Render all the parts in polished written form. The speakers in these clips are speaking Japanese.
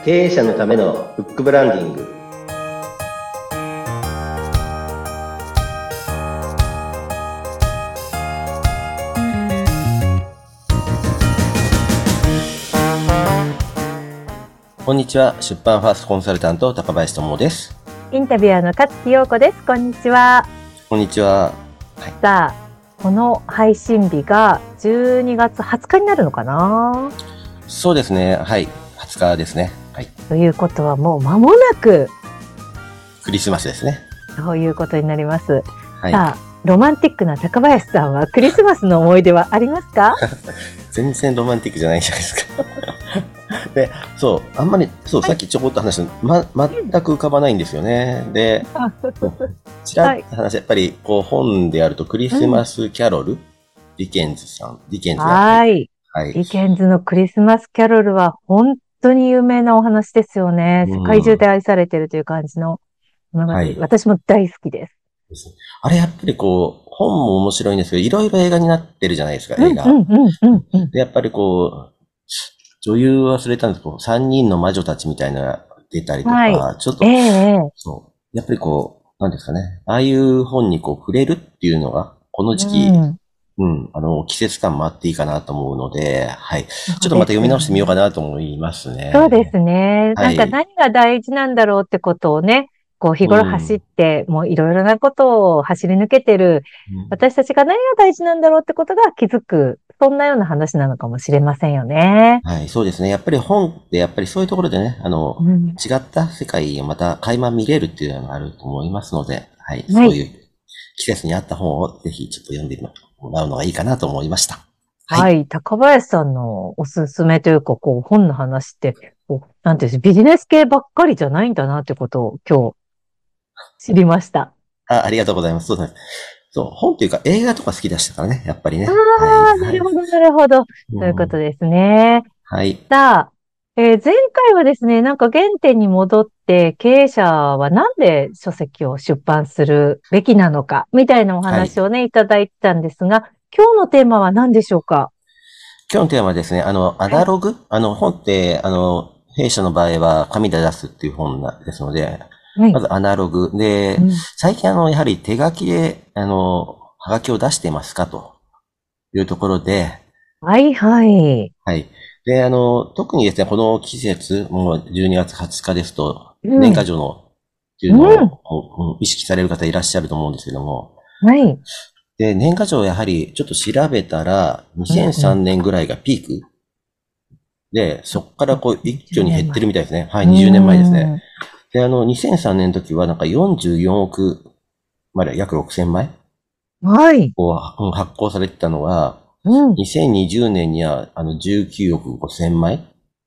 経営者のためのフックブランディング。こんにちは、出版ファーストコンサルタント高林智です。 インタビュアーの勝木陽子です。こんにちは。 こんにちは。 はい、さあ、この配信日が12月20日になるのかな？ そうですね。はい、20日ですね。はい。 ということはもう間もなくクリスマスですね。 そういうことになります。 はい、 さあ、ロマンティックな高林さんはクリスマスの思い出はありますか？ 全然ロマンティックじゃないじゃないですか。で、そう、あんまり、そう、さっきちょこっと話した、全く浮かばないんですよね。で、ちらっと話、やっぱり、こう、本であると、クリスマスキャロル、ディケンズさん、ディケンズはい。ディケンズのクリスマスキャロルは本当に有名なお話ですよね。世界中で愛されているという感じの物語。私も大好きです。 あれ、やっぱりこう、本も面白いんですけど、いろいろ映画になってるじゃないですか、映画。で、やっぱりこう、女優忘れたんですけど、3人の魔女たちみたいなのが出たりとか、ちょっと、そう、やっぱりこう、なんですかね、ああいう本にこう触れるっていうのが、この時期、季節感もあっていいかなと思うので、はい。ちょっとまた読み直してみようかなと思いますね。 そうですね。なんか何が大事なんだろうってことをね、こう日頃走って、もういろいろなことを走り抜けてる、私たちが何が大事なんだろうってことが気づく、そんなような話なのかもしれませんよね。 はい、そうですね。やっぱり本ってやっぱりそういうところでね、違った世界をまた垣間見れるっていうのがあると思いますので、はい、そういう季節に合った本をぜひちょっと読んでもらうのがいいかなと思いました。 はい。高林さんのおすすめというか、こう、本の話って、なんていうんですか、ビジネス系ばっかりじゃないんだなってことを今日知りました。 ありがとうございます。そうです。そう、本っていうか映画とか好きでしたからね、やっぱりね。 なるほど、なるほど。ということですね。 はい。 さあ、前回はですね、なんか原点に戻って、経営者はなんで書籍を出版するべきなのか、みたいなお話をね、いただいてたんですが、今日のテーマは何でしょうか？ 今日のテーマはですね、アナログ、本って、弊社の場合は紙で出すっていう本ですので、まずアナログで、最近やはり手書きで、はがきを出していますかというところで、 はいはい。 はい。で、特にですね、この季節、もう12月20日ですと、年賀状の、っていうのを、意識される方いらっしゃると思うんですけども、 はい。 で、年賀状やはりちょっと調べたら、2003年ぐらいがピークで、そこからこう一挙に減ってるみたいですね。はい、20年前ですね。で、2003年の時はなんか44億、まで約6000枚はい。 発行されてたのが、2020年には19億5000枚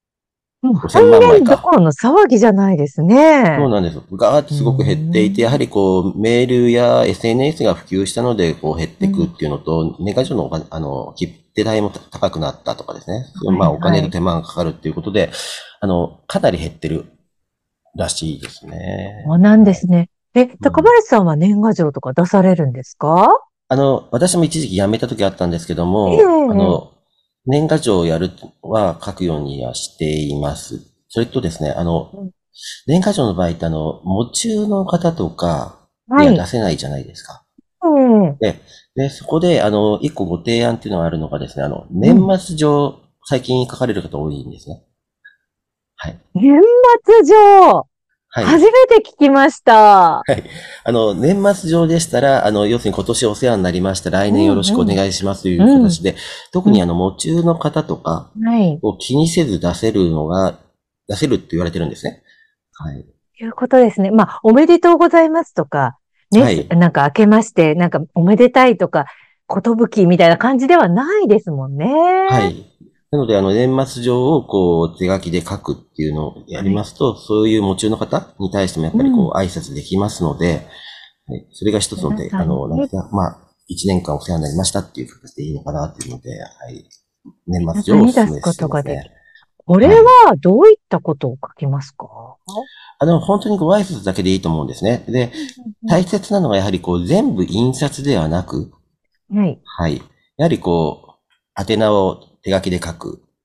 5000万どころの騒ぎじゃないですね。 そうなんです。ガーッとすごく減っていて、やはりこう、メールや SNS が普及したので、こう減っていくっていうのと、年賀状の切手代も高くなったとかですね。まあ、お金と手間がかかるっていうことで、かなり減ってるらしいですね。 そうなんですね。高林さんは年賀状とか出されるんですか？ 私も一時期辞めた時あったんですけども、年賀状をやるは書くようにはしています。それとですね、年賀状の場合って喪中の方とかには出せないじゃないですか。で、そこで、一個ご提案っていうのがあるのがですね、年末状、最近書かれる方多いんですね。はい。 年末状はい。初めて聞きました。 はい。年末状でしたら、要するに今年お世話になりました。来年よろしくお願いしますという形で、特に喪中の方とかを気にせず出せるって言われてるんですね。はい。 ということですね。まあ、おめでとうございますとか、ね、はい、なんか明けまして、なんかおめでたいとか、ことぶきみたいな感じではないですもんね。 はい。なので、年末状をこう、手書きで書くっていうのをやりますと、そういう喪中の方に対してもやっぱりこう、挨拶できますので、はい、それが一つので、なんですか、まあ、1年間お世話になりましたっていう形でいいのかなっていうので、はい。年末状をお勧めしてますね。 これはどういったことを書きますか？ 本当にご挨拶だけでいいと思うんですね。で、大切なのはやはりこう、全部印刷ではなく、はい。はい。やはりこう、宛名を手書きで書く。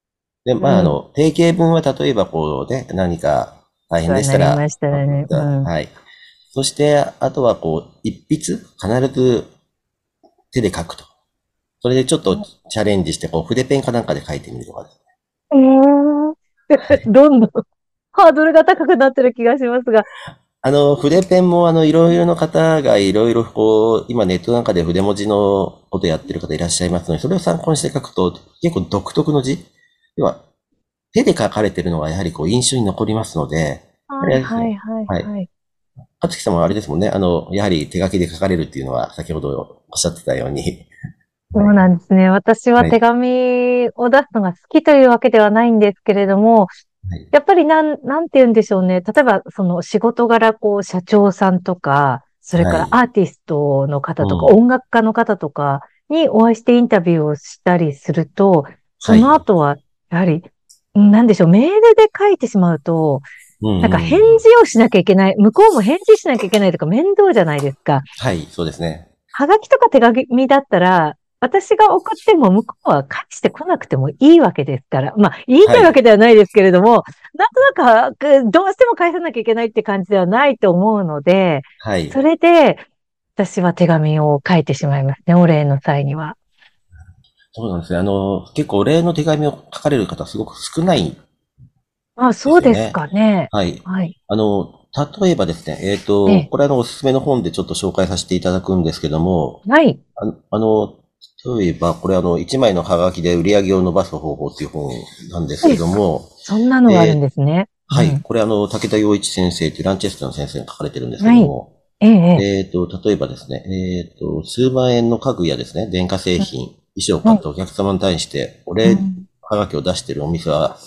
で、まあ、定型文は例えばこうね、何か大変でしたら、 なりましたらね。うん。 はい。そして、あとはこう、一筆、必ず手で書くと。それでちょっとチャレンジして、こう、筆ペンかなんかで書いてみるとかですええね。はい。 どんどんハードルが高くなってる気がしますが。 筆ペンもいろいろな方がいろいろこう、今ネットなんかで筆文字のことやってる方いらっしゃいますので、それを参考にして書くと、結構独特の字。要は、手で書かれてるのがやはりこう、印象に残りますので、あはいれですね。 はいはいはい。 はい。 かつきさんもあれですもんね。やはり手書きで書かれるっていうのは、先ほどおっしゃってたように。 そうはい。 なんですね。私は手はい。 紙を出すのが好きというわけではないんですけれども、 はい。 やっぱりなんて言うんでしょうね。例えば、その仕事柄、こう、社長さんとか、それはい。 からアーティストのう方とか、 ん。 音楽家の方とかにお会いしてインタビューをしたりすると、そはい。 の後は、やはり、なんでしょう、メールで書いてしまうと、 うんなんか返うん。 事をしなきゃいけない、向こうも返事しなきゃいけないとか面倒じゃないですか。 はい。そうですね。 はがきとか手紙だったら、私が送っても向こうは返してこなくてもいいわけですから。まあ、言いたいわはい。 けではないですけれども、なんとなく、どうしても返さなきゃいけないって感じではないと思うので、 はい。 それで、私は手紙を書いてしまいますね、お礼の際には。 そうなんですね。結構お礼の手紙を書かれる方すごく少ないあ、 ですよね。 そうですかね。 はい。 はい。 あの、例えばですね、 ええ。 これおすすめの本でちょっと紹介させていただくんですけども、 はい。 例えば、これ一枚のハガキで売り上げを伸ばす方法っていう本なんですけはい。 ども、 そんなのがあるんえですね。 はい。 うん。 これ武田洋一先生というランチェスターの先生が書かれてるんですけはい。 ども、 ええ、え例えばですね、数万円の家具やですね、電化製え。 品、衣装をはい。 買ったお客様に対して、お礼うん。 はがきを出しているお店は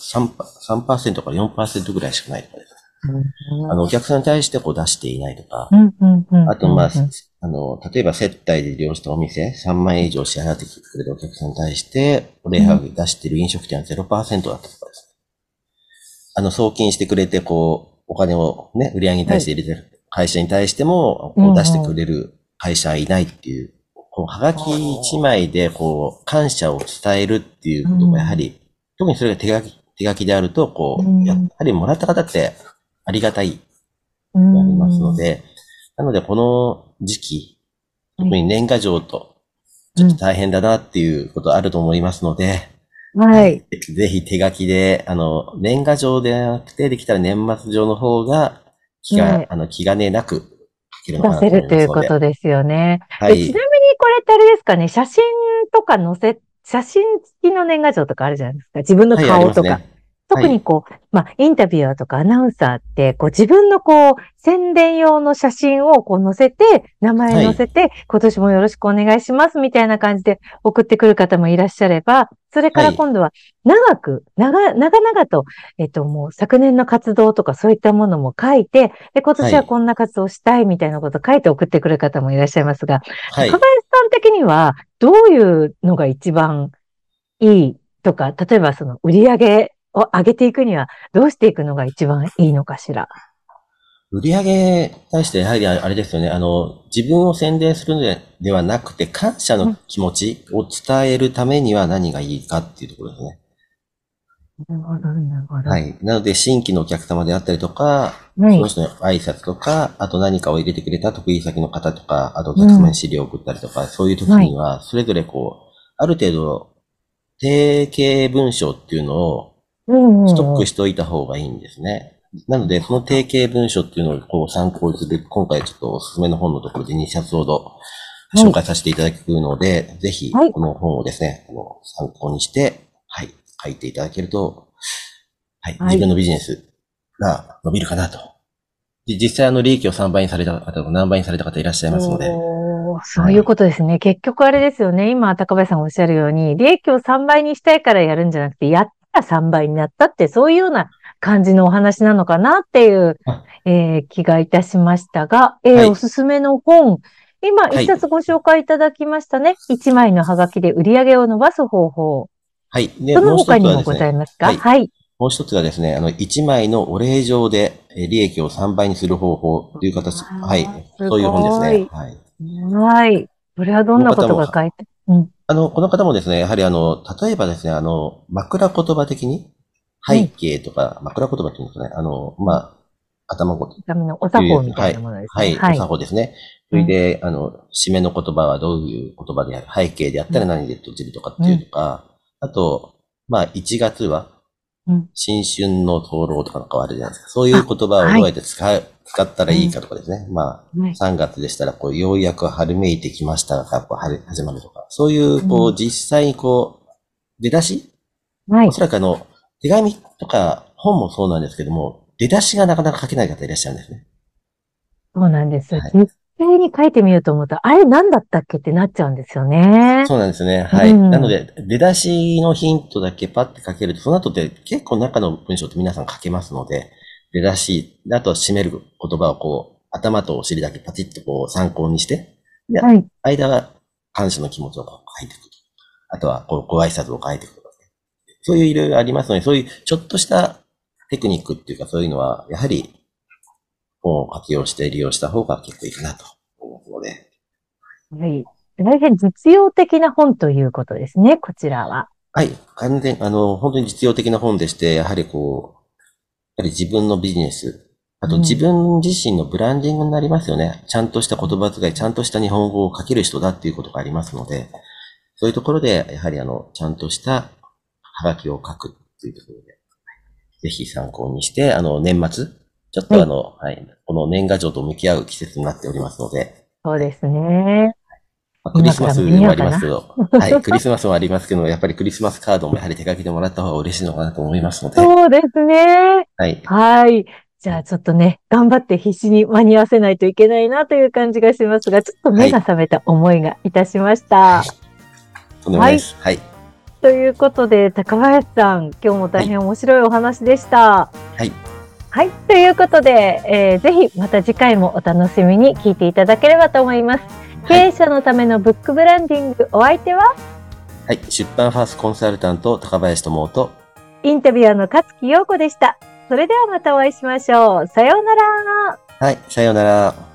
3%から4%ぐらいしかないとかですね。 うん。 お客さんに対してこう出していないとか、 うん、うん、うん、 あと、まあ、 うん。 例えば接待で利用したお店、3万円以上支払ってきてくれるお客さんに対して、お礼はがうん。 き出している飲食店は0%だったとかですね。送金してくれて、こう、お金をね、売り上げにはい。 対して入れてる会社に対しても、 うこう出してん、うん。 くれる会社はいないっていう、こう、はがき一枚で、こう、感謝を伝えるっていううことが、やはん。 り、特にそれが手書きであると、 うこう、やん。 はりもらった方ってありがたいうとありますのん。 で、なので、この時期、 はい。 特に年賀状と、ちょっとうん。 大変だなっていうことあると思いますので、はい。 はい。 ぜひ手書きで、年賀状ではなくて、できたら年末状の方が、 ね、 気兼ねなく書けるのかなと思出せるといういますので。 ことですよね。ちなはい。 みにこれってあれですかね、とか写真付きの年賀状とかあるじゃないですか。自分のはい、あり顔とか。 ますね。はい。 特にこう、まあ、インタビュアーとかアナウンサーって、こう、自分のこう、宣伝用の写真をこう載せて、名前はい。 載せて、今年もよろしくお願いします、みたいな感じで送ってくる方もいらっしゃれば、それかはい。 ら今度は、長々と、もう昨年の活動とかそういったものも書いて、で、今はい。 年はこんな活動したいみたいなことを書いて送ってくる方もいらっしゃいますが、 はい。 高林さん的には、どういうのが一番いいとか、例えばその売り上げを上げていくにはどうしていくのが一番いいのかしら。 売り上げに対して、やはりあれですよね。自分を宣伝するのではなくて、感謝のうん。 気持ちを伝えるためには何がいいかっていうところですね。 なるほど、なるほど。 はい。なので、新規のお客様であったりとか、 はい。 その人の挨拶とか、あと何かを入れてくれた得意先の方とか、あとおう客様にん。 資料を送ったりとか、そういう時はい。 には、それぞれこう、ある程度、定型文章っていうのをうんストッうんうん。 クしておいた方がいいんですね。なのなるで、そのほど。 定型文書っていうのをこう参考にする、今回ちょっとおすすめの本のところで2冊ほどはい。 紹介させていただくので、ぜひはい。 この本をですね、参考にして、はい、書いていただけると、はい、 はい。 自分のビジネスが伸びるかなと。で実際利益を3倍にされた方とか何倍にされた方いらっしゃいますので、 おー、そういうはい。 ことですね。結局あれですよね。今、高林さんがおっしゃるように、利益を3倍にしたいからやるんじゃなくて、やったら3倍になったって、そういうような感じのお話なのかなっていう、 あ、 気がいたしましたが、おはい、 すすめの本、今一はい、 冊ご紹介いただきましたね。1枚のハガキで売り上げを伸ばす方法。 はい。で、 そのもう一他にもごつはですね、 ざいますか？ はい。 はい。 もう一つがですね、1枚のお礼状で利益を3倍にする方法という形、はい。 ああ、すそういう本ですね。 ごい。 はい。 はい。これはどこのんなこ方もは、 とが書いて、うん。 この方もですね、やはり例えばですね、枕言葉的に、背景とか、枕言葉っていうんですかね、頭ごと。 お作法みたいなものですね。 はい、お作法ですね。それで、締めの言葉はどういう言葉である、背景であったら何で閉じるとかっていうとか、あと、1月は、新春の灯籠とかなんかあるじゃないですか。そういう言葉をどうやって使ったらいいかとかですね。3月でしたら、ようやく春めいてきましたが、春始まるとか。そういう、実際に出だし、おそらく手紙とか本もそうなんですけども、出だしがなかなか書けない方いらっしゃるんですね。 そうなんです。実際に書いてみようと思うと、あれ何だったっけってなっちゃうんですよね。 そうなんですね。はい。なので、出だしのヒントだけパッて書けると、その後って結構中の文章って皆さん書けますので、出だし、あと締める言葉を頭とお尻だけパチッと参考にして、で、間は感謝の気持ちを書いていく。あとはご挨拶を書いていくとか、ね。そういういろいろありますので、そういうちょっとしたテクニックっていうかそういうのは、やはり本を活用して利用した方が結構いいかなと思うので。 はい。大変実用的な本ということですね、こちらは。 はい。完全、本当に実用的な本でして、やはりやはり自分のビジネス、あと自分自身のブランディングになりますよね。ちゃんとした言葉遣い、ちゃんとした日本語を書ける人だっていうことがありますので、そういうところで、やはりちゃんとしたハガキを書くっていうところで、ぜひ参考にして、年末、ちょっとこの年賀状と向き合う季節になっておりますので。 そうですね。 クリスマスもありますけど、はい、クリスマスもありますけど、やっぱりクリスマスカードもやはり手書きでもらった方が嬉しいのかなと思いますので。 そうですね。 はい。 はい。じゃあちょっとね、頑張って必死に間に合わせないといけないなという感じがしますが、ちょっと目が覚めた思いがいたしました。 とんでもないです。はい。 ということで、高林さん、今日も大変面白いお話でした。 はい。 はい。ということで、ぜひまた次回もお楽しみに聞いていただければと思います。経営者のためのブックブランディング、お相手ははい。出版ファーストコンサルタント、高林智夫と、 インタビュアーの勝木陽子でした。それではまたお会いしましょう。さようなら。 はい。さようなら。